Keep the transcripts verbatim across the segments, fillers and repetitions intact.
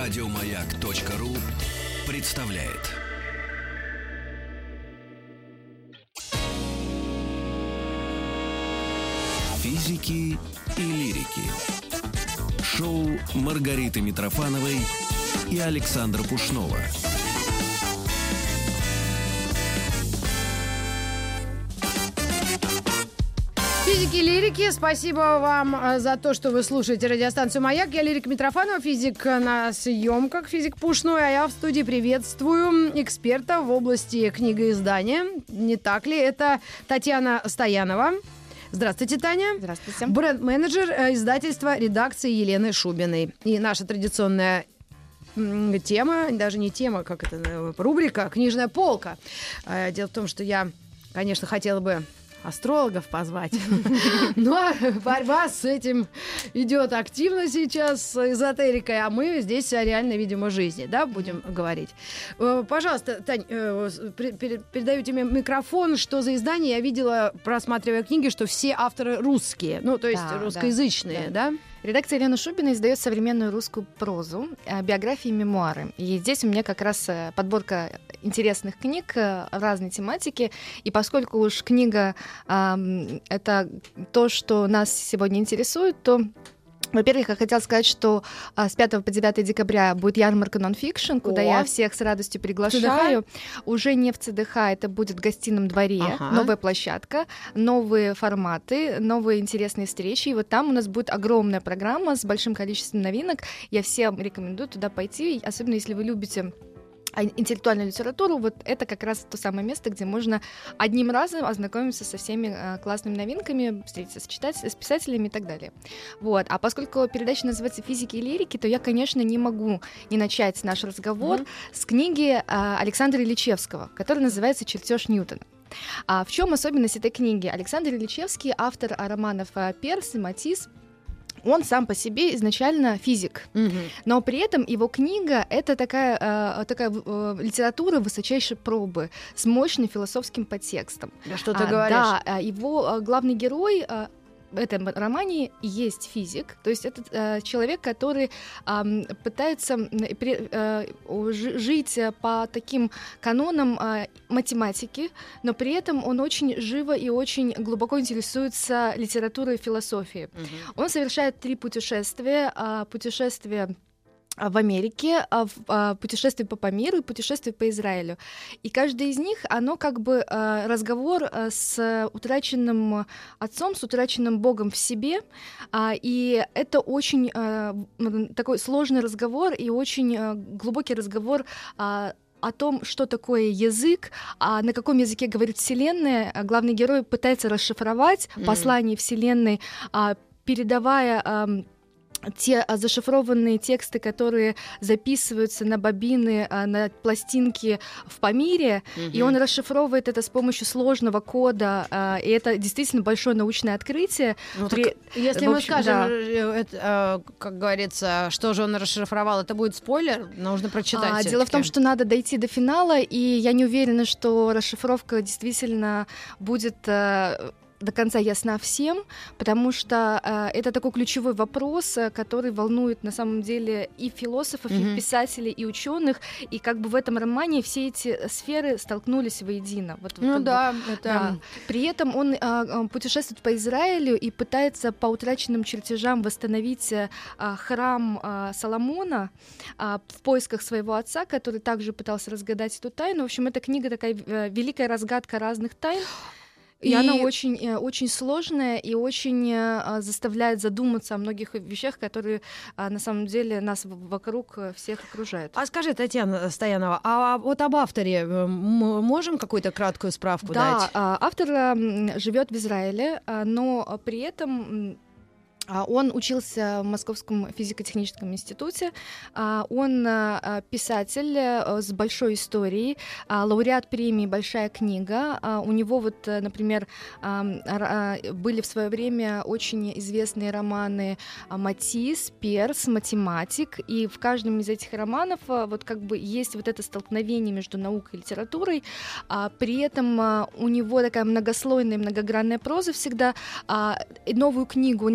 Радиомаяк.ру представляет. Физики и лирики. Шоу Маргариты Митрофановой и Александра Пушнова. Физики и лирики, спасибо вам за то, что вы слушаете радиостанцию «Маяк». Я Лирика Митрофанова, физик на съемках, физик Пушной, а я в студии приветствую эксперта в области книгоиздания. Не так ли? Это Татьяна Стоянова. Здравствуйте, Таня. Здравствуйте. Бренд-менеджер издательства редакции Елены Шубиной. И наша традиционная тема, даже не тема, как это, рубрика «Книжная полка». Дело в том, что я, конечно, хотела бы астрологов позвать. Но борьба с этим идет активно сейчас, с эзотерикой, а мы здесь о реальной, видимо, жизни, да, будем говорить. Пожалуйста, Тань, передаю тебе микрофон. Что за издание? Я видела, просматривая книги, что все авторы русские, ну, то есть да, русскоязычные, да? да? Редакция Елены Шубиной издает современную русскую прозу, биографии и мемуары. И здесь у меня как раз подборка интересных книг разной тематики. И поскольку уж книга э, — это то, что нас сегодня интересует, то, во-первых, я хотела сказать, что а, с пятого по девятое декабря будет ярмарка нон-фикшн, куда О. я всех с радостью приглашаю. ЦДХ? Уже не в ЦДХ, это будет в гостином дворе, ага. новая площадка, новые форматы, новые интересные встречи. И вот там у нас будет огромная программа с большим количеством новинок. Я всем рекомендую туда пойти, особенно если вы любите интеллектуальную литературу. Вот это как раз то самое место, где можно одним разом ознакомиться со всеми э, классными новинками, встретиться с читателями, с писателями и так далее. Вот. А поскольку передача называется «Физики и лирики», то я, конечно, не могу не начать наш разговор mm-hmm. с книги э, Александра Ильичевского, которая называется «Чертеж Ньютона». А в чем особенность этой книги? Александр Ильичевский — автор романов «Перс» и «Матисс». Он сам по себе изначально физик, mm-hmm. но при этом его книга — это такая, э, такая э, литература высочайшей пробы с мощным философским подтекстом. Да что ты а, говоришь? Да, его главный герой э, в этом романе есть физик, то есть это э, человек, который э, пытается э, э, жить по таким канонам э, математики, но при этом он очень живо и очень глубоко интересуется литературой и философией. Угу. Он совершает три путешествия, э, путешествия в Америке, путешествие по миру и путешествие по Израилю. И каждое из них, оно как бы разговор с утраченным отцом, с утраченным Богом в себе. И это очень такой сложный разговор и очень глубокий разговор о том, что такое язык, а на каком языке говорит Вселенная. Главный герой пытается расшифровать mm-hmm. послание Вселенной, передавая те зашифрованные тексты, которые записываются на бобины, на пластинки в Памире, mm-hmm. и он расшифровывает это с помощью сложного кода, и это действительно большое научное открытие. Ну, При... Если в общем, мы скажем, да. это, как говорится, что же он расшифровал, это будет спойлер, нужно прочитать. А, дело в том, что надо дойти до финала, и я не уверена, что расшифровка действительно будет до конца ясна всем, потому что э, это такой ключевой вопрос, который волнует на самом деле и философов, mm-hmm. и писателей, и ученых, и как бы в этом романе все эти сферы столкнулись воедино. Вот, ну вот, да, бы, это... да. При этом он э, путешествует по Израилю и пытается по утраченным чертежам восстановить э, храм э, Соломона э, в поисках своего отца, который также пытался разгадать эту тайну. В общем, эта книга такая э, великая разгадка разных тайн. И, и она очень, очень сложная и очень а, заставляет задуматься о многих вещах, которые а, на самом деле нас вокруг всех окружают. А скажи, Татьяна Стоянова, а вот об авторе мы можем какую-то краткую справку да, дать? Да, автор живет в Израиле, но при этом он учился в Московском физико-техническом институте, он писатель с большой историей, лауреат премии «Большая книга». У него вот, например, были в свое время очень известные романы «Матисс», «Перс», «Математик», и в каждом из этих романов вот как бы есть вот это столкновение между наукой и литературой, при этом у него такая многослойная, многогранная проза всегда. Новую книгу он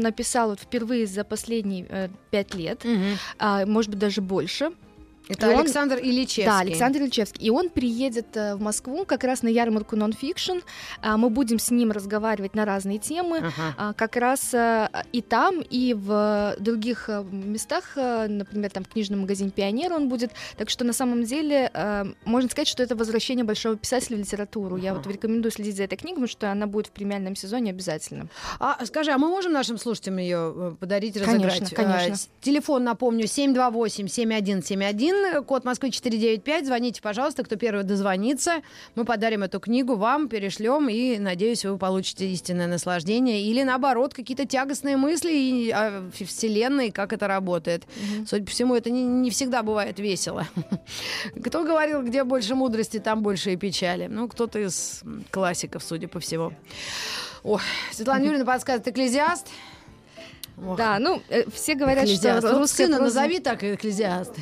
написал вот впервые за последние э, пять лет, Мгм. а, может быть, даже больше. Это И он- Александр Ильичевский. Да, Александр Ильичевский. И он приедет э, в Москву как раз на ярмарку Nonfiction. А, мы будем с ним разговаривать на разные темы. Ага. А, как раз э, и там, и в других э, местах, э, например, там в книжном магазине «Пионер» он будет. Так что на самом деле э, можно сказать, что это возвращение большого писателя в литературу. Я вот рекомендую следить за этой книгой, потому что она будет в премиальном сезоне обязательно. А скажи, а мы можем нашим слушателям ее подарить, Конечно, разыграть? конечно. А, с- телефон, напомню, семь два восемь семь один семь один, код Москвы четыре девять пять. Звоните, пожалуйста, кто первый дозвонится. Мы подарим эту книгу вам, перешлем, и, надеюсь, вы получите истинное наслаждение. Или, наоборот, какие-то тягостные мысли и, о Вселенной, как это работает. Судя по всему, это не, не всегда бывает весело. Кто говорил, где больше мудрости, там больше и печали? Ну, кто-то из классиков, судя по всему. Ой, Светлана Юрьевна подсказывает, «Экклезиаст». Ох, Да, ну, э, все говорят, что «Экклезиаст». Вот русская сына проза- назови так, «Экклезиаст».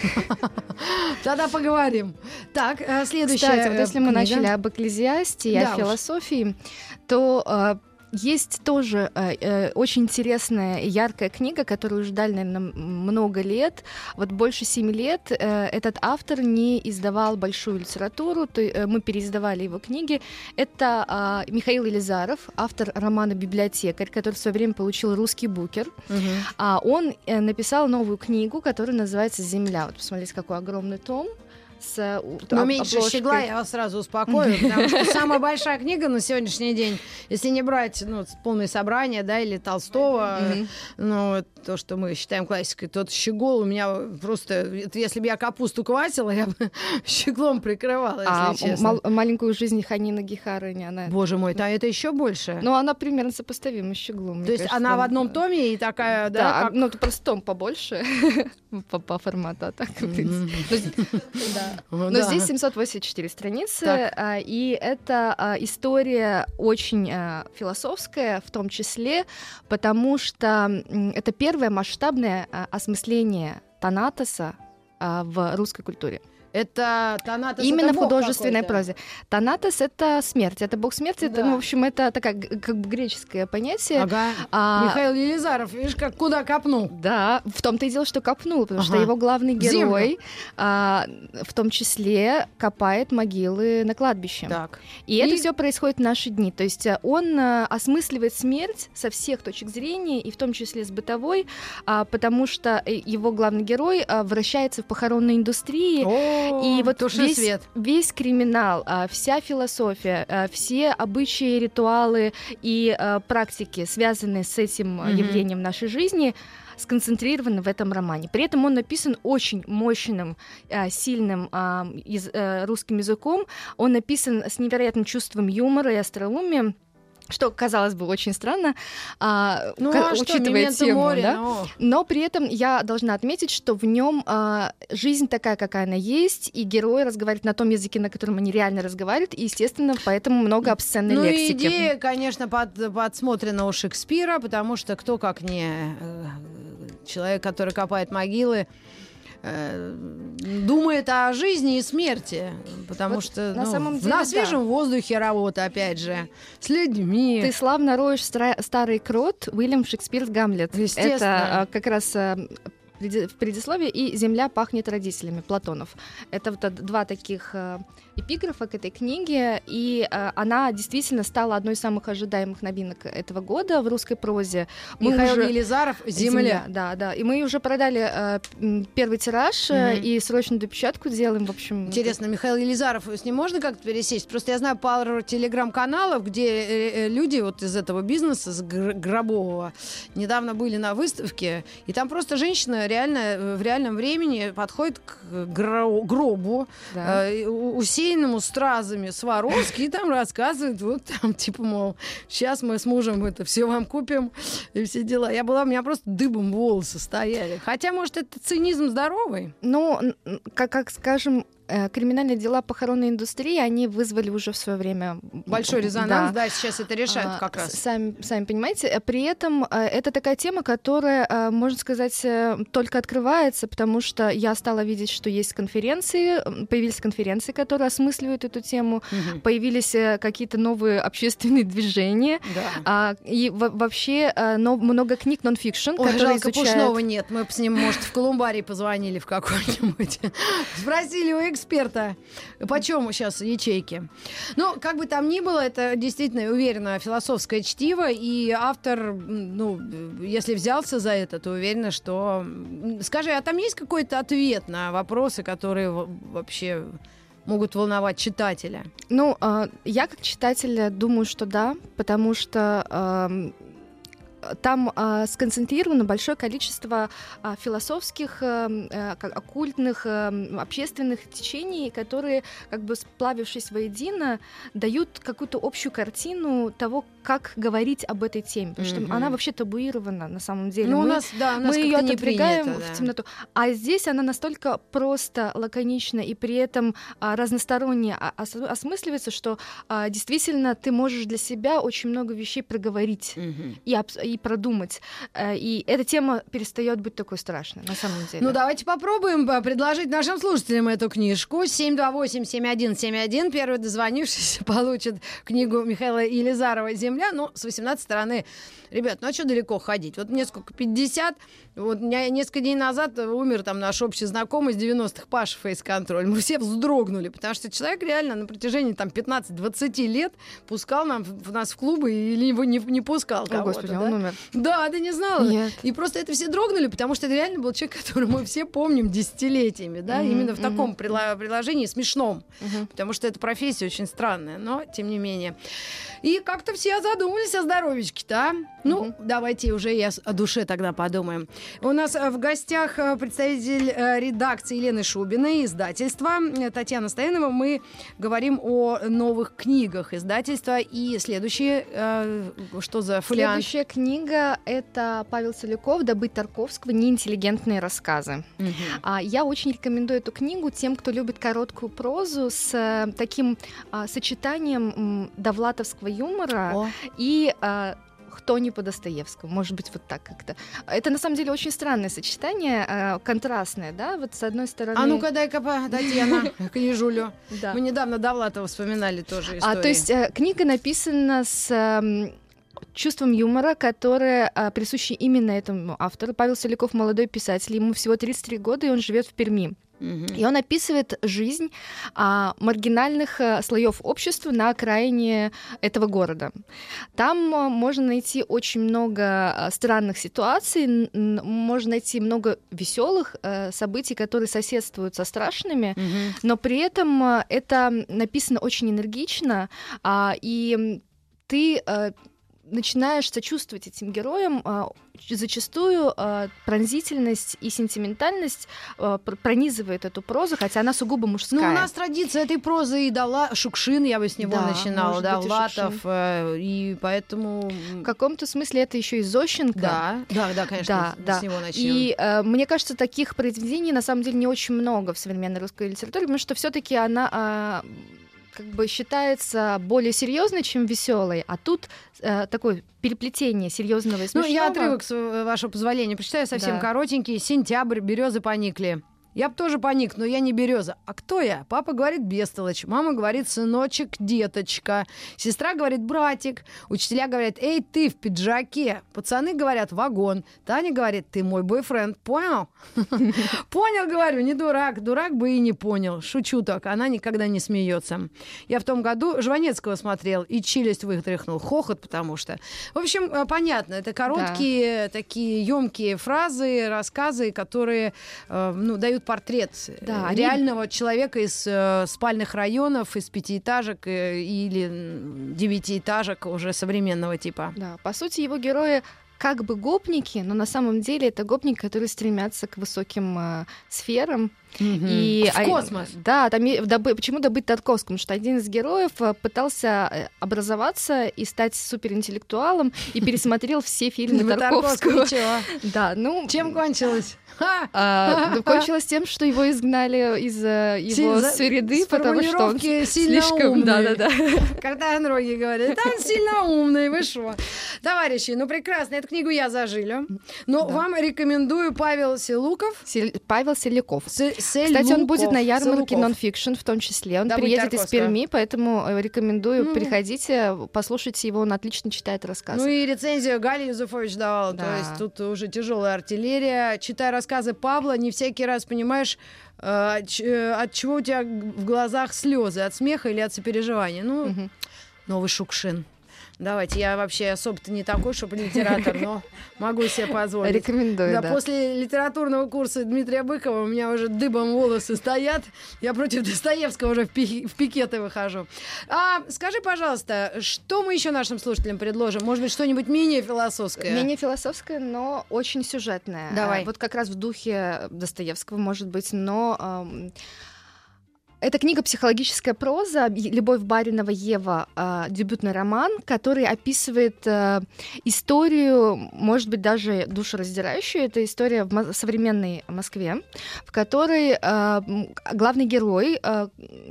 Тогда поговорим. Так, э, следующая Кстати, вот э, если мы книга. начали об экклезиасте и Да о уж. философии, то э, есть тоже э, э, очень интересная и яркая книга, которую уже ждали, наверное, много лет. Вот больше семи лет э, этот автор не издавал большую литературу, то, э, мы переиздавали его книги. Это э, Михаил Елизаров, автор романа «Библиотекарь», который в свое время получил русский букер. Мгм. А он э, написал новую книгу, которая называется «Земля». Вот посмотрите, какой огромный том. С, э, у- Но об- меньше обложкой. щегла, я вас сразу успокою, потому что самая большая книга на сегодняшний день, если не брать ну, полное собрание, да, или Толстого, Мгм. ну, то, что мы считаем классикой, тот щегол у меня просто, это если бы я капусту квасила, я бы щеглом прикрывала, если А честно. мал- маленькую жизнь Ханины Гихары, она... Боже мой, там это еще больше. Ну, она примерно сопоставима с щеглом. мне То есть кажется, она в там, одном да. томе и такая, да, Да, как- ну, это просто том побольше по, по формату, а так, в принципе. Но з- да. Ну, Но да. здесь семьсот восемьдесят четыре страницы, Так. а, и это а, история очень а, философская, в том числе, потому что м, это первое масштабное а, осмысление Танатоса а, в русской культуре. Это Танатос, Именно это в бог художественной какой-то. прозе. Танатос — это смерть, это бог смерти, это, Да. ну, в общем, это такая г- как бы греческое понятие. Ага. А, Михаил Елизаров, видишь, как куда копнул. Да, в том-то и дело, что копнул, потому что Ага. его главный В землю. герой, а, в том числе, копает могилы на кладбище. Так. И, И- это все происходит в наши дни. То есть а, он а, осмысливает смерть со всех точек зрения, и в том числе с бытовой, а, потому что э, его главный герой а, вращается в похоронной индустрии. О, И вот туши весь, свет. весь криминал, а, вся философия, а, все обычаи, ритуалы и а, практики, связанные с этим а, Мгм. явлением в нашей жизни, сконцентрированы в этом романе. При этом он написан очень мощным, а, сильным а, яз- э, русским языком. Он написан с невероятным чувством юмора и остроумия. Что, казалось бы, очень странно, а, Ну, ка- а что, учитывая «Мементо тему, море», да? ну. Но при этом я должна отметить, что в нем а, жизнь такая, какая она есть, и герой разговаривает на том языке, на котором они реально разговаривают, и, естественно, поэтому много обсценной Ну и лексики. идея, конечно, под, подсмотрена у Шекспира, потому что кто, как не э, человек, который копает могилы, э, думает о жизни и смерти, потому Вот что на ну, самом в- деле, на да. свежем воздухе работа, опять же, с людьми. Ты славно роешь стра- старый крот, Уильям Шекспир Гамлет. Естественно. Это а, как раз а, преди- в предисловии, и «Земля пахнет родителями» Платонов. Это вот д- два таких а, эпиграфа к этой книге, и а, она действительно стала одной из самых ожидаемых новинок этого года в русской прозе. Мы Михаил уже- Елизаров «Земля». Да, да. И мы уже продали а, м, первый тираж, а, Мгм. и срочно допечатку делаем, в общем. Интересно, Михаил Елизаров, с ним можно как-то пересесть? Просто я знаю пару телеграм-каналов, где э, э, люди вот из этого бизнеса, с гр- гробового, недавно были на выставке, и там просто женщина реально э, в реальном времени подходит к гро- гробу, Да. э, у- усеянному стразами Сваровски, и там рассказывает, вот там, типа, мол, сейчас мы с мужем это все вам купим, и все дела. Я была, у меня просто дыбом волосы стояли. Хотя, может, это цинизм здоровый? Ну, н- н- как, как скажем, криминальные дела похоронной индустрии, они вызвали уже в свое время большой резонанс, да, да сейчас это решают как раз. Сами, сами понимаете, при этом это такая тема, которая, можно сказать, только открывается, потому что я стала видеть, что есть конференции, появились конференции, которые осмысливают эту тему, угу. появились какие-то новые общественные движения, да. и вообще много книг нон-фикшн, которые жалко, изучают... Пушного нет, мы бы с ним, может, в Колумбарий позвонили в какой-нибудь, спросили у эксперта, почем сейчас ячейки. Ну, как бы там ни было, это действительно, уверена, философское чтиво, и автор, ну, если взялся за это, то уверена, что... Скажи, а там есть какой-то ответ на вопросы, которые вообще могут волновать читателя? Ну, я как читатель думаю, что да, потому что... Там э, сконцентрировано большое количество э, философских, э, оккультных, э, общественных течений, которые, как бы сплавившись воедино, дают какую-то общую картину того, как говорить об этой теме, потому mm-hmm. что она вообще табуирована на самом деле. Ну, мы у нас, да, у нас мы ее отодвигаем принято, да. в темноту. А здесь она настолько просто, лаконична и при этом а, разносторонне осмысливается, что а, действительно ты можешь для себя очень много вещей проговорить mm-hmm. и, и продумать. И эта тема перестает быть такой страшной, на самом деле. Ну, давайте попробуем предложить нашим слушателям эту книжку. семь два восемь семь один семь один. Первый дозвонившийся получит книгу Михаила Елизарова «Земля». Ну, с восемнадцатой стороны, ребят, ну а что далеко ходить? Вот мне сколько, пятьдесят? Вот у меня несколько дней назад умер там наш общий знакомый из девяностых, Паша Фейс-контроль. Мы все вздрогнули, потому что человек реально на протяжении там пятнадцать-двадцать лет пускал нам, в нас в клубы или его не, не пускал кого-то. О, Господи, да? он умер. Да, ты не знала? Нет. И просто это все дрогнули, потому что это реально был человек, которого мы все помним десятилетиями, да, mm-hmm, именно в mm-hmm. таком приложении смешном, mm-hmm. потому что эта профессия очень странная, но тем не менее. И как-то все задумались о здоровечке-то, а? Ну, mm-hmm. давайте уже и о, о душе тогда подумаем. У нас в гостях представитель редакции Елены Шубиной, издательства Татьяна Стоянова. Мы говорим о новых книгах издательства. И следующее, что за фолиант? Следующая книга — это Павел Соляков «Добыть Тарковского. Неинтеллигентные рассказы». Mm-hmm. Я очень рекомендую эту книгу тем, кто любит короткую прозу с таким сочетанием довлатовского юмора oh. и кто не по Достоевскому, может быть, вот так как-то. Это, на самом деле, очень странное сочетание, э, контрастное, да, вот с одной стороны... А ну-ка, дай-ка, Татьяна, книжулю. Мы недавно Довлатова вспоминали тоже историю. А, то есть э, книга написана с... Э, чувством юмора, которое а, присуще именно этому автору. Павел Соляков — молодой писатель, ему всего тридцать три года, и он живет в Перми. Mm-hmm. И он описывает жизнь а, маргинальных а, слоев общества на окраине этого города. Там а, можно найти очень много а, странных ситуаций, н- можно найти много веселых а, событий, которые соседствуют со страшными, mm-hmm. но при этом а, это написано очень энергично, а, и ты... А, начинаешь сочувствовать этим героям, зачастую пронзительность и сентиментальность пронизывает эту прозу, хотя она сугубо мужская. Ну, у нас традиция этой прозы и дала Шукшин, я бы с него да, начинала, да, Латов, и поэтому... В каком-то смысле это еще и Зощенко. Да, да, да, конечно, да, с да. него начнем. И э, мне кажется, таких произведений на самом деле не очень много в современной русской литературе, потому что все-таки она... Э, как бы считается более серьезной, чем веселой, а тут э, такое переплетение серьезного и смешного. Ну, я отрывок, с вашего позволения, прочитаю совсем да. коротенький. Сентябрь, березы поникли. Я бы тоже поник, но я не береза. А кто я? Папа говорит бестолочь, мама говорит сыночек, деточка, сестра говорит братик, учителя говорят эй, ты в пиджаке, пацаны говорят вагон, Таня говорит ты мой бойфренд, понял? Понял, говорю, не дурак, дурак бы и не понял. Шучу так, она никогда не смеется. Я в том году Жванецкого смотрел и челюсть вытряхнул, хохот, потому что... В общем, понятно, это короткие, такие ёмкие фразы, рассказы, которые, ну, дают портрет да, реального они... человека из э, спальных районов, из пятиэтажек э, или девятиэтажек уже современного типа. Да, по сути, его герои как бы гопники, но на самом деле это гопники, которые стремятся к высоким э, сферам. Mm-hmm. И, в космос. А, да, там добы, почему добыть Тарковскому? Потому что один из героев пытался образоваться и стать суперинтеллектуалом и пересмотрел все фильмы Тарковского. Да, ну чем кончилось? А, кончилось тем, что его изгнали из его среды, потому что он слишком... Да, да, да. Когда Андроги говорят, он сильно умный, вы шо? Товарищи, ну прекрасно, эту книгу я зажилю. Но да. вам рекомендую Павел Силуков. Сел... Павел Селяков. С- Кстати, он будет на ярмарке нон-фикшн в том числе. Он да, приедет из Перми, поэтому рекомендую, mm-hmm. приходите, послушайте его, он отлично читает рассказы. Ну и рецензию Галя Юзефович давала, да. то есть тут уже тяжелая артиллерия. Читая рассказы Павла, не всякий раз понимаешь, э, ч- от чего у тебя в глазах слезы, от смеха или от сопереживания. Ну, mm-hmm. новый Шукшин. Давайте, я вообще особо-то не такой, чтобы литератор, но могу себе позволить. Рекомендую, да. да. После литературного курса Дмитрия Быкова у меня уже дыбом волосы стоят. Я против Достоевского уже в, пи- в пикеты выхожу. А, скажи, пожалуйста, что мы еще нашим слушателям предложим? Может быть, что-нибудь менее философское? Менее философское, но очень сюжетное. Давай. Вот как раз в духе Достоевского, может быть, но... Эм... Это книга «Психологическая проза» Любовь Баринова «Ева», э, дебютный роман, который описывает э, историю, может быть, даже душераздирающую. Это история в мо- современной Москве, в которой э, главный герой э,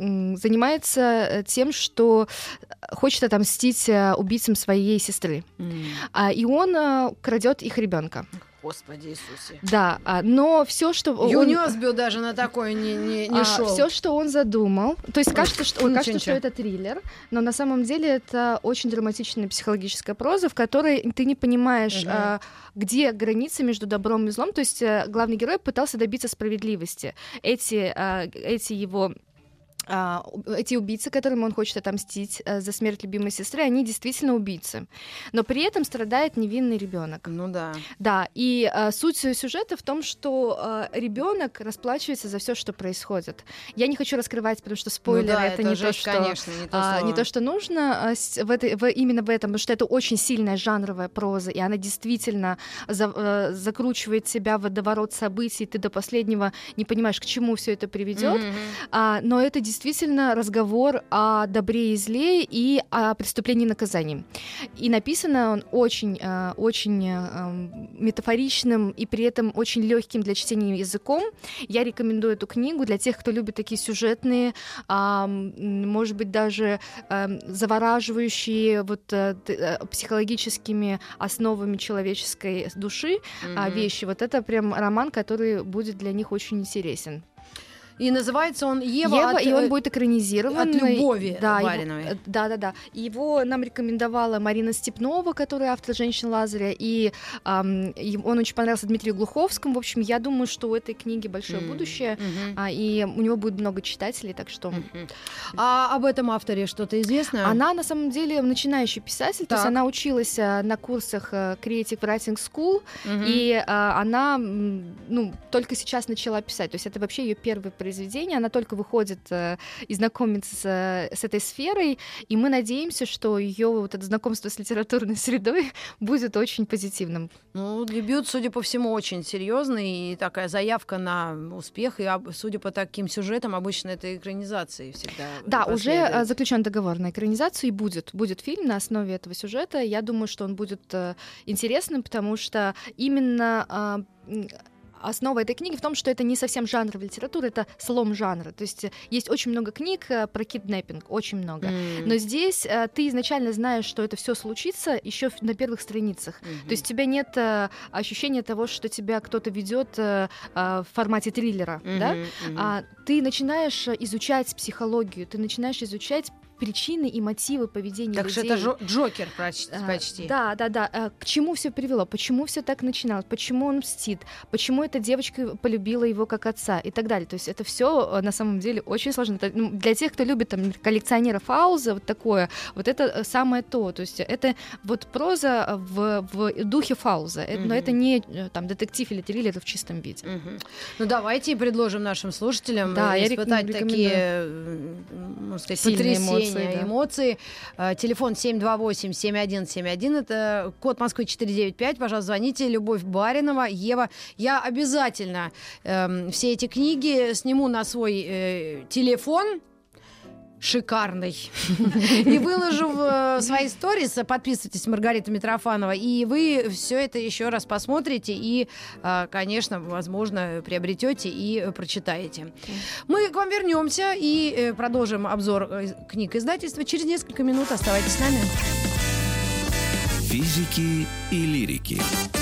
занимается тем, что хочет отомстить убийцам своей сестры. Mm. А, и он э, крадет их ребенка. Господи Иисусе. Да, но все, что Юниос он... даже на такое не, не, не а, шел. Все, что он задумал, то есть кажется, что, ой, кажется, что это триллер, но на самом деле это очень драматичная психологическая проза, в которой ты не понимаешь, угу. а, где граница между добром и злом. То есть а, главный герой пытался добиться справедливости. Эти, а, эти его Uh, эти убийцы, которым он хочет отомстить uh, за смерть любимой сестры, они действительно убийцы. Но при этом страдает невинный ребенок. Ну да. Да, и uh, суть сюжета в том, что uh, ребенок расплачивается за все, что происходит. Я не хочу раскрывать, потому что спойлеры ну да, это, это не, жесть, то, что, конечно, не, то uh, не то, что нужно uh, в этой, в, именно в этом, потому что это очень сильная жанровая проза, и она действительно за, uh, закручивает себя в водоворот событий, ты до последнего не понимаешь, к чему все это приведет. Mm-hmm. Uh, но это действительно разговор о добре и зле и о преступлении и наказании. И написано он очень, очень метафоричным и при этом очень легким для чтения языком. Я рекомендую эту книгу для тех, кто любит такие сюжетные, может быть, даже завораживающие вот психологическими основами человеческой души mm-hmm. вещи. Вот это прям роман, который будет для них очень интересен. И называется он «Ева», Ева от, и он будет экранизирован. От Любови да, Бариновой. Его, да, да, да. Его нам рекомендовала Марина Степнова, которая автор «Женщин Лазаря», и эм, он очень понравился Дмитрию Глуховскому. В общем, я думаю, что у этой книги большое mm-hmm. будущее, mm-hmm. а, и у него будет много читателей, так что... Mm-hmm. А об этом авторе что-то известно? Она, на самом деле, начинающий писатель, так. то есть она училась а, на курсах а, Creative Writing School, mm-hmm. и а, она, ну, только сейчас начала писать, то есть это вообще ее первый произведение, она только выходит э, и знакомится с, с этой сферой, и мы надеемся, что ее вот это знакомство с литературной средой будет очень позитивным. Ну, дебют, судя по всему, очень серьезный, и такая заявка на успех, и, судя по таким сюжетам, обычно это экранизации всегда. Да, уже заключен договор на экранизацию, и будет, будет фильм на основе этого сюжета. Я думаю, что он будет э, интересным, потому что именно... Э, Основа этой книги в том, что это не совсем жанровая литература, это слом жанра. То есть есть очень много книг про киднеппинг, очень много. Mm. Но здесь а, ты изначально знаешь, что это все случится еще на первых страницах. Mm-hmm. То есть у тебя нет а, ощущения того, что тебя кто-то ведет а, а, в формате триллера. Mm-hmm. Да? Mm-hmm. А, ты начинаешь изучать психологию, ты начинаешь изучать причины и мотивы поведения так людей. Так что это Джокер почти. А, да, да, да. А, к чему все привело? Почему все так начиналось? Почему он мстит? Почему эта девочка полюбила его как отца? И так далее. То есть это все на самом деле очень сложно. Это, ну, для тех, кто любит там коллекционера Фауза, вот такое, вот это самое то. То есть это вот проза в, в духе Фауза. Mm-hmm. Это, но это не там детектив или триллер в чистом виде. Mm-hmm. Ну давайте предложим нашим слушателям да, испытать я такие, можно сказать, потрясения. настроение, да. эмоции. Э, телефон семь два восемь семь один семь один, это код Москвы четыре девять пять. Пожалуйста, звоните. Любовь Баринова, Ева. Я обязательно э, все эти книги сниму на свой э, телефон шикарный и выложу в свои сторис. Подписывайтесь, Маргарита Митрофанова, и вы все это еще раз посмотрите и, конечно, возможно, приобретете и прочитаете. Мы к вам вернемся и продолжим обзор книг издательства через несколько минут. Оставайтесь с нами. Физики и лирики.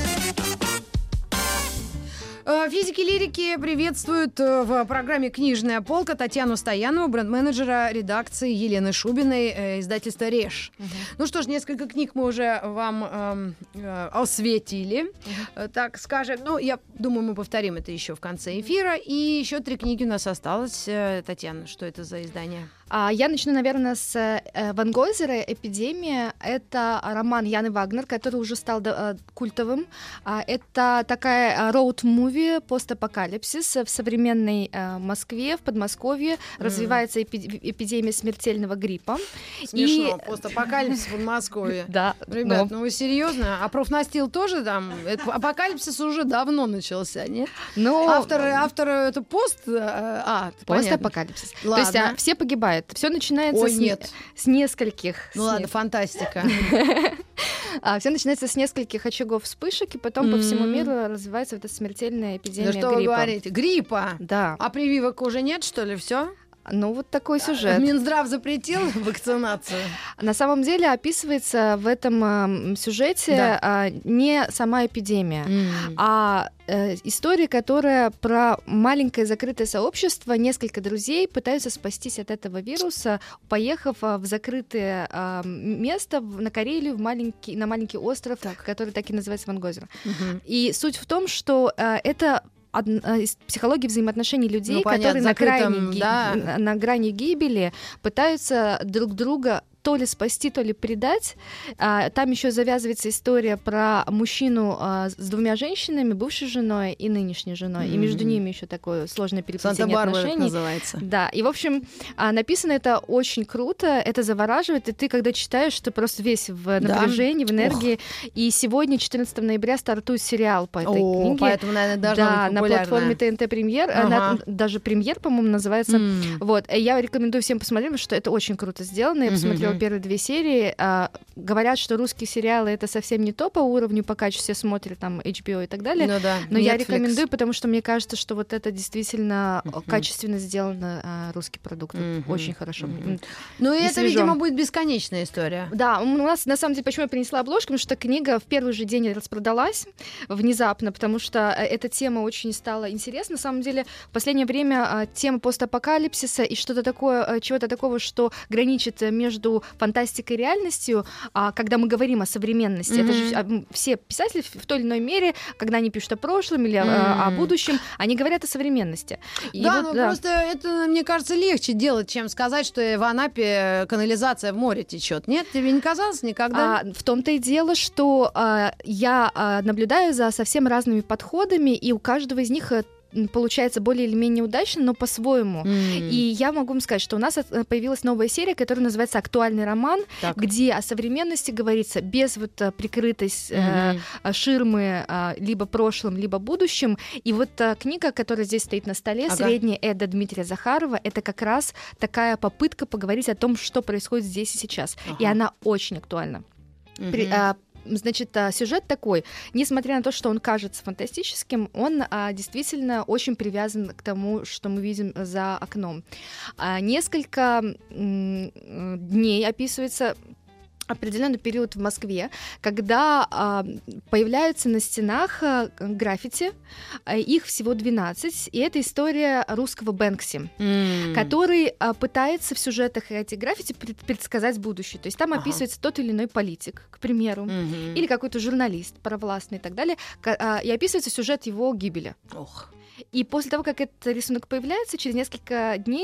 Физики-лирики приветствуют в программе «Книжная полка» Татьяну Стоянову, бренд-менеджера редакции Елены Шубиной, издательства «Реж». Uh-huh. Ну что ж, несколько книг мы уже вам э, осветили, uh-huh. так скажем. Ну, я думаю, мы повторим это еще в конце эфира. И еще три книги у нас осталось. Татьяна, что это за издание? Я начну, наверное, с э, Ван Гойзера «Эпидемия». Это роман Яны Вагнер, который уже стал э, культовым. А, это такая роуд-муви, постапокалипсис в современной э, Москве, в Подмосковье. Mm. Развивается эпи- эпидемия смертельного гриппа. Смешно, и... постапокалипсис в Подмосковье. Да. Ребят, ну вы серьезно? А профнастил тоже там? Апокалипсис уже давно начался, нет? Автор это пост... А, постапокалипсис. То есть все погибают. Все начинается Ой, с, нет. с нескольких. Ну с ладно, не... фантастика. Все начинается с нескольких очагов вспышек, и потом по всему миру развивается вот эта смертельная эпидемия гриппа. Да что вы говорите? Гриппа? Да. А прививок уже нет, что ли? Все? Ну, вот такой сюжет. Минздрав запретил вакцинацию? На самом деле описывается в этом э, сюжете да. э, не сама эпидемия, mm. а э, история, которая про маленькое закрытое сообщество. Несколько друзей пытаются спастись от этого вируса, поехав э, в закрытое э, место в, на Карелию, в маленький, на маленький остров, так. который так и называется Ван Гойзер. Mm-hmm. И суть в том, что э, это из психологии взаимоотношений людей, ну, понятно, которые на, крайней, да. на, на грани гибели пытаются друг друга то ли спасти, то ли предать. Там еще завязывается история про мужчину с двумя женщинами, бывшей женой и нынешней женой. Mm-hmm. И между ними еще такое сложное переплетение отношений. Называется. Да, и, в общем, написано это очень круто, это завораживает, и ты, когда читаешь, ты просто весь в напряжении, да? в энергии. Ох. И сегодня, четырнадцатого ноября, стартует сериал по этой О, книге. Поэтому, наверное, должна да, быть на платформе тэ эн тэ Премьер. Ага. Она, даже Премьер, по-моему, называется. Mm. Вот. Я рекомендую всем посмотреть, потому что это очень круто сделано. Я mm-hmm. посмотрела первые две серии. А, говорят, что русские сериалы — это совсем не то по уровню, по качеству смотрят там эйч би о и так далее. Ну, да. Но Netflix. Я рекомендую, потому что мне кажется, что вот это действительно mm-hmm. качественно сделано а, русский продукт. Mm-hmm. Очень хорошо. Mm-hmm. Ну и, и это, свежо. Видимо, будет бесконечная история. Да, у нас, на самом деле, почему я принесла обложку, потому что книга в первый же день распродалась внезапно, потому что эта тема очень стала интересна. На самом деле, в последнее время тема постапокалипсиса и что-то такое, чего-то такого, что граничит между фантастикой и реальностью, когда мы говорим о современности. Mm-hmm. Это же все писатели в той или иной мере, когда они пишут о прошлом или mm-hmm. о будущем, они говорят о современности. И да, вот, но да. просто это, мне кажется, легче делать, чем сказать, что в Анапе канализация в море течет. Нет, тебе не казалось никогда? А, в том-то и дело, что а, я а, наблюдаю за совсем разными подходами, и у каждого из них получается более или менее удачно, но по-своему. Mm. И я могу вам сказать, что у нас появилась новая серия, которая называется «Актуальный роман», так. где о современности говорится без вот прикрытой mm-hmm. э, ширмы э, либо прошлым, либо будущим. И вот э, книга, которая здесь стоит на столе, ага. «Средняя Эда» Дмитрия Захарова, это как раз такая попытка поговорить о том, что происходит здесь и сейчас. Ага. И она очень актуальна. Mm-hmm. При, э, Значит, сюжет такой, несмотря на то, что он кажется фантастическим, он а, действительно очень привязан к тому, что мы видим за окном. А, несколько м- дней описывается определенный период в Москве, когда а, появляются на стенах а, граффити, а, их всего двенадцать, и это история русского Бэнкси, mm. который а, пытается в сюжетах этих граффити пред- предсказать будущее. То есть там ага. описывается тот или иной политик, к примеру, mm-hmm. или какой-то журналист провластный и так далее, а, и описывается сюжет его гибели. Ох. И после того, как этот рисунок появляется, через несколько дней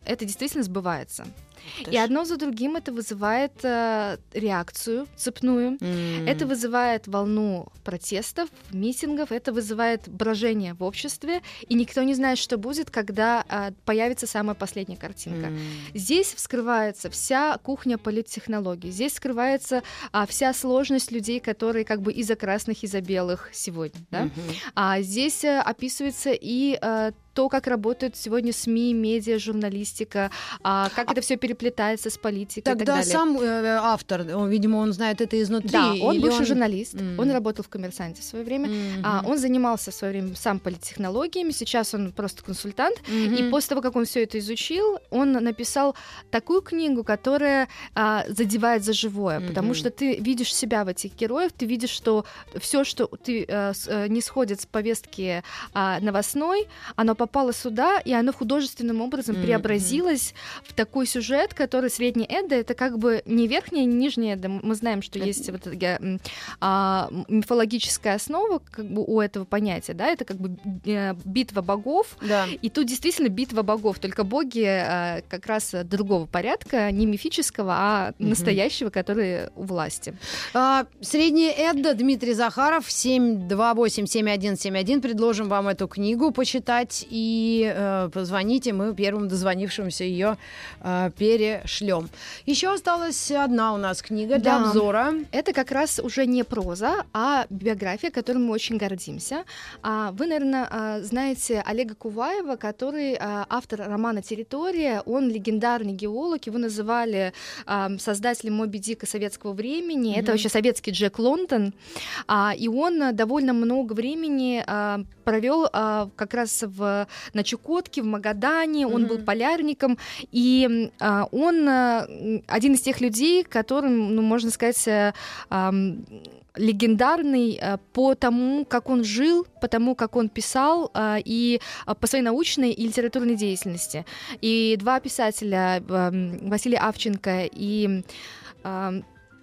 это действительно сбывается. И одно за другим это вызывает э, реакцию цепную, mm. это вызывает волну протестов, митингов, это вызывает брожение в обществе, и никто не знает, что будет, когда э, появится самая последняя картинка. Mm. Здесь вскрывается вся кухня политтехнологий, здесь скрывается э, вся сложность людей, которые как бы и за красных, и за белых сегодня. Да? Mm-hmm. А здесь э, описывается и э, то, как работают сегодня СМИ, медиа, журналистика, а, как а это все переплетается с политикой и так далее. Тогда сам э, автор, он, видимо, он знает это изнутри. Да, он бывший он... журналист, mm. он работал в «Коммерсанте» в свое время, mm-hmm. а, он занимался в свое время сам политтехнологиями, сейчас он просто консультант, mm-hmm. и после того, как он все это изучил, он написал такую книгу, которая а, задевает за живое, mm-hmm. потому что ты видишь себя в этих героях, ты видишь, что все, что ты а, с, не сходит с повестки а, новостной, оно попало сюда, и оно художественным образом mm-hmm. преобразилось в такой сюжет, который средний Эдда, это как бы не верхняя, не нижняя Эдда. Мы знаем, что mm-hmm. есть вот эта а, мифологическая основа как бы у этого понятия, да, это как бы битва богов, да. и тут действительно битва богов, только боги а, как раз другого порядка, не мифического, а mm-hmm. настоящего, который у власти. А, средняя Эдда, Дмитрий Захаров, семь два восемь семь один семь один, предложим вам эту книгу почитать, и э, позвоните, мы первым дозвонившимся ее э, перешлем. Еще осталась одна у нас книга для да. обзора. Это как раз уже не проза, а биография, которой мы очень гордимся. А, вы, наверное, знаете Олега Куваева, который а, автор романа «Территория». Он легендарный геолог, его называли а, создателем Моби Дика советского времени. Mm-hmm. Это вообще советский Джек Лондон. А, и он довольно много времени а, провел а, как раз в, на Чукотке, в Магадане. Он mm-hmm. был полярником. И а, он а, один из тех людей, которым, ну, можно сказать, а, а, легендарный а, по тому, как он жил, по тому, как он писал, а, и а, по своей научной и литературной деятельности. И два писателя, а, Василий Авченко и а,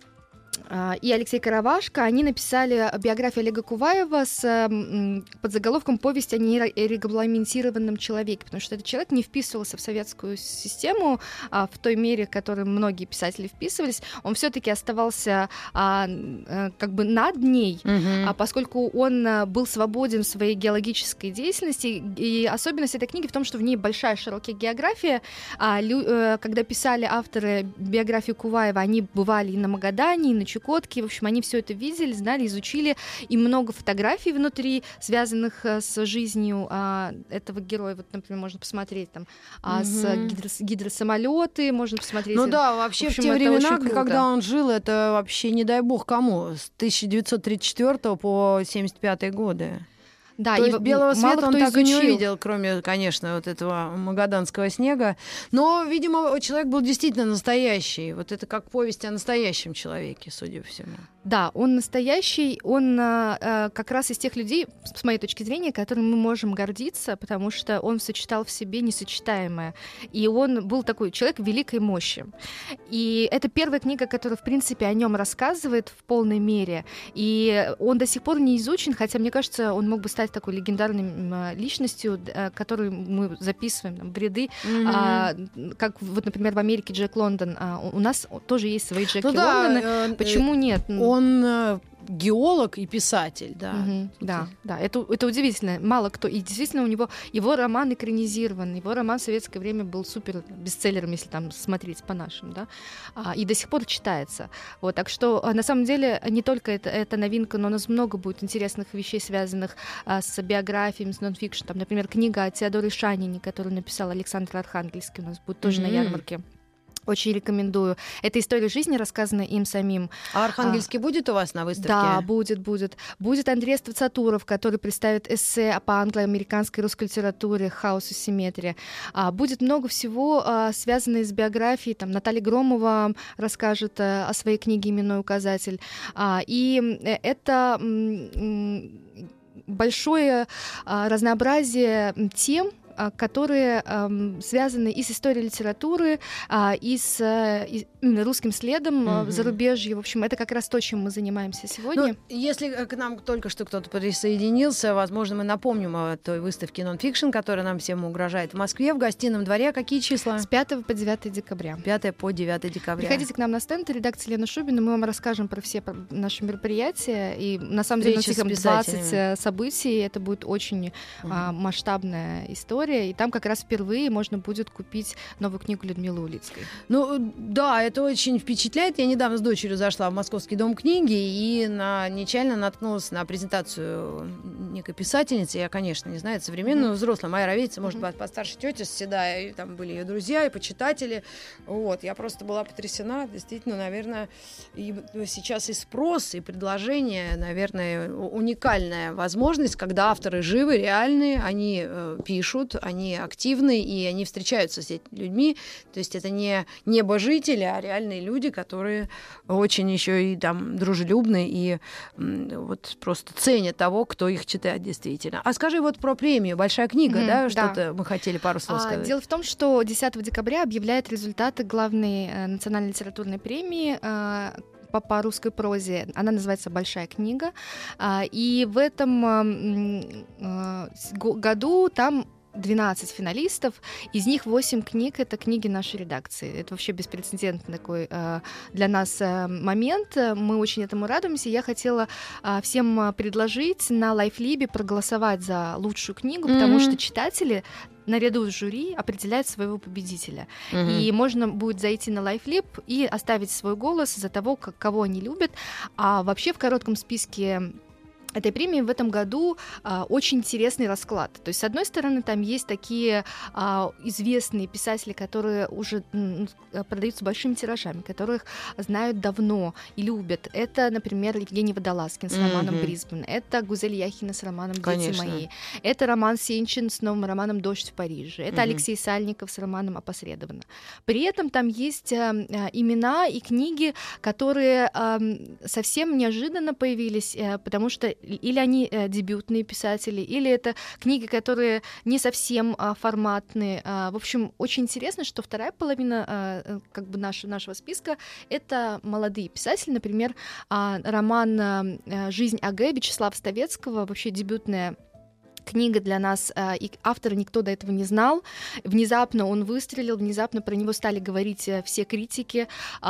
и Алексей Каравашко, они написали биографию Олега Куваева с подзаголовком «Повесть о нерегламентированном человеке», потому что этот человек не вписывался в советскую систему а, в той мере, в которой многие писатели вписывались. Он все-таки оставался а, а, как бы над ней, mm-hmm. а, поскольку он а, был свободен в своей геологической деятельности. И особенность этой книги в том, что в ней большая широкая география. А, лю, а, когда писали авторы биографию Куваева, они бывали и на Магадане, и на Чукотке. В общем, они все это видели, знали, изучили, и много фотографий внутри, связанных а, с жизнью а, этого героя. Вот, например, можно посмотреть там а, mm-hmm. с гидрос, гидросамолеты, можно посмотреть. Ну да, вообще в, общем, в те времена, когда он жил, это вообще не дай бог кому, с тысяча девятьсот тридцать четвёртого по семьдесят пятые годы. Да, То и есть белого света он так изучил. и не увидел, кроме, конечно, вот этого магаданского снега. Но, видимо, человек был действительно настоящий. Вот это как повесть о настоящем человеке, судя по всему. Да, он настоящий, он э, как раз из тех людей, с моей точки зрения, которым мы можем гордиться, потому что он сочетал в себе несочетаемое. И он был такой человек великой мощи. И это первая книга, которая, в принципе, о нем рассказывает в полной мере. И он до сих пор не изучен, хотя, мне кажется, он мог бы стать такой легендарной личностью, которую мы записываем там, в ряды. Mm-hmm. А, как, вот, например, в Америке Джек Лондон. А, у нас тоже есть свои Джеки ну, Лондоны. Да, э, Почему э, нет? Он э, геолог и писатель, да. Mm-hmm. Да, да. Это, это удивительно. Мало кто. И действительно у него его роман экранизирован. Его роман в советское время был супер бестселлером, если там смотреть по нашим, да. А, и до сих пор читается. Вот, так что на самом деле не только это, это новинка, но у нас много будет интересных вещей, связанных а, с биографиями, с нонфикшн. Там, например, книга о Теодоре Шанине, которую написал Александр Архангельский, у нас будет тоже mm-hmm. на ярмарке. Очень рекомендую. Это история жизни, рассказанная им самим. А Архангельский а, будет у вас на выставке? Да, будет, будет. Будет Андрей Ствацатуров, который представит эссе по англо-американской русской литературе «Хаос и симметрия». А, будет много всего, а, связанного с биографией. Там Наталья Громова расскажет а, о своей книге «Именной указатель». А, и это м- м- большое а, разнообразие тем, которые связаны и с историей литературы, и с и русским следом mm-hmm. в зарубежье. В общем, это как раз то, чем мы занимаемся сегодня. Ну, если к нам только что кто-то присоединился, возможно, мы напомним о той выставке «Нонфикшн», которая нам всем угрожает в Москве, в Гостином дворе. Какие числа? С пятого по девятое декабря. пятое по девятое декабря. Приходите к нам на стенд редакции Елены Шубиной, мы вам расскажем про все наши мероприятия. И на самом деле у нас их двадцать событий. Это будет очень uh-huh. а, масштабная история. И там как раз впервые можно будет купить новую книгу Людмилы Улицкой. Ну да, это очень впечатляет. Я недавно с дочерью зашла в Московский дом книги и на, нечаянно наткнулась на презентацию некой писательницы. Я, конечно, не знаю, это современную, mm-hmm. взрослая, моя ровесница, mm-hmm. может быть, постарше тетя Седая, и там были ее друзья и почитатели. Вот, я просто была потрясена. Действительно, наверное, и сейчас и спрос, и предложение, наверное, уникальная возможность, когда авторы живы, реальные, они э, пишут, они активны, и они встречаются с этими людьми. То есть это не небожители, а реальные люди, которые очень еще и там дружелюбны и м, вот просто ценят того, кто их читает действительно. А скажи вот про премию «Большая книга», mm-hmm, да? Что-то да. мы хотели пару слов а, сказать. Дело в том, что десятого декабря объявляют результаты главной э, национальной литературной премии э, по, по русской прозе. Она называется «Большая книга». А, и в этом э, э, году там двенадцать финалистов, из них восемь книг — это книги нашей редакции. Это вообще беспрецедентный такой э, для нас э, момент. Мы очень этому радуемся. Я хотела э, всем предложить на Лайфлибе проголосовать за лучшую книгу, mm-hmm. потому что читатели наряду с жюри определяют своего победителя. Mm-hmm. И можно будет зайти на Лайфлиб и оставить свой голос за того, как, кого они любят. А вообще в коротком списке этой премии в этом году а, очень интересный расклад. То есть, с одной стороны, там есть такие а, известные писатели, которые уже м, продаются большими тиражами, которых знают давно и любят. Это, например, Евгений Водолазкин с mm-hmm. романом «Брисбен». Это Гузель Яхина с романом «Дети Конечно. мои». Это Роман Сенчин с новым романом «Дождь в Париже». Это mm-hmm. Алексей Сальников с романом «Опосредованно». При этом там есть а, имена и книги, которые а, совсем неожиданно появились, а, потому что или они э, дебютные писатели, или это книги, которые не совсем э, форматные. Э, в общем, очень интересно, что вторая половина э, как бы наш, нашего списка — это молодые писатели. Например, э, роман э, «Жизнь А.Г.» Вячеслава Ставецкого, вообще дебютная книга для нас, и автора никто до этого не знал. Внезапно он выстрелил, внезапно про него стали говорить все критики.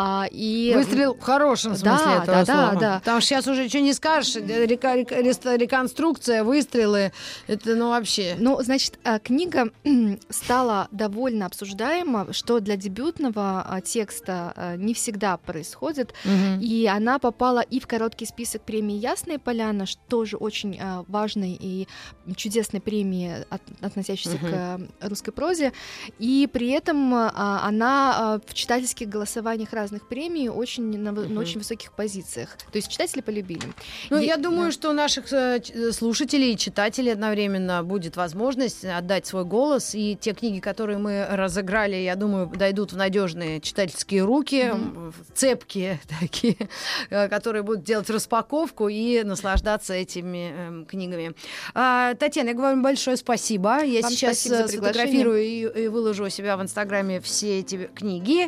И... Выстрелил в хорошем смысле да, этого да, слова. Да, да. Потому что сейчас уже ничего не скажешь. Река, река, реконструкция, выстрелы, это ну вообще... Ну, значит, книга стала довольно обсуждаема, что для дебютного текста не всегда происходит. Угу. И она попала и в короткий список премии «Ясная поляна», что тоже очень важный и чудесной премии, от, относящейся uh-huh. к русской прозе, и при этом а, она а, в читательских голосованиях разных премий очень, на, uh-huh. на очень высоких позициях. То есть читатели полюбили. Ну, и, я думаю, да. что у наших слушателей и читателей одновременно будет возможность отдать свой голос, и те книги, которые мы разыграли, я думаю, дойдут в надежные читательские руки, uh-huh. цепкие такие, которые будут делать распаковку и наслаждаться этими э, книгами. А, Татьяна, я говорю большое спасибо. Я Вам сейчас сфотографирую и, и выложу у себя в Инстаграме все эти книги.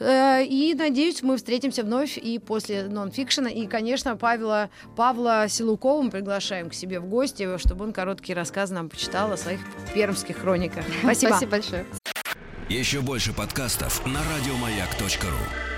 И надеюсь, мы встретимся вновь и после нонфикшена. И, конечно, Павла, Павла Силукова мы приглашаем к себе в гости, чтобы он короткие рассказы нам почитал о своих пермских хрониках. Спасибо. Спасибо большое. Еще больше подкастов на радиомаяк точка ру.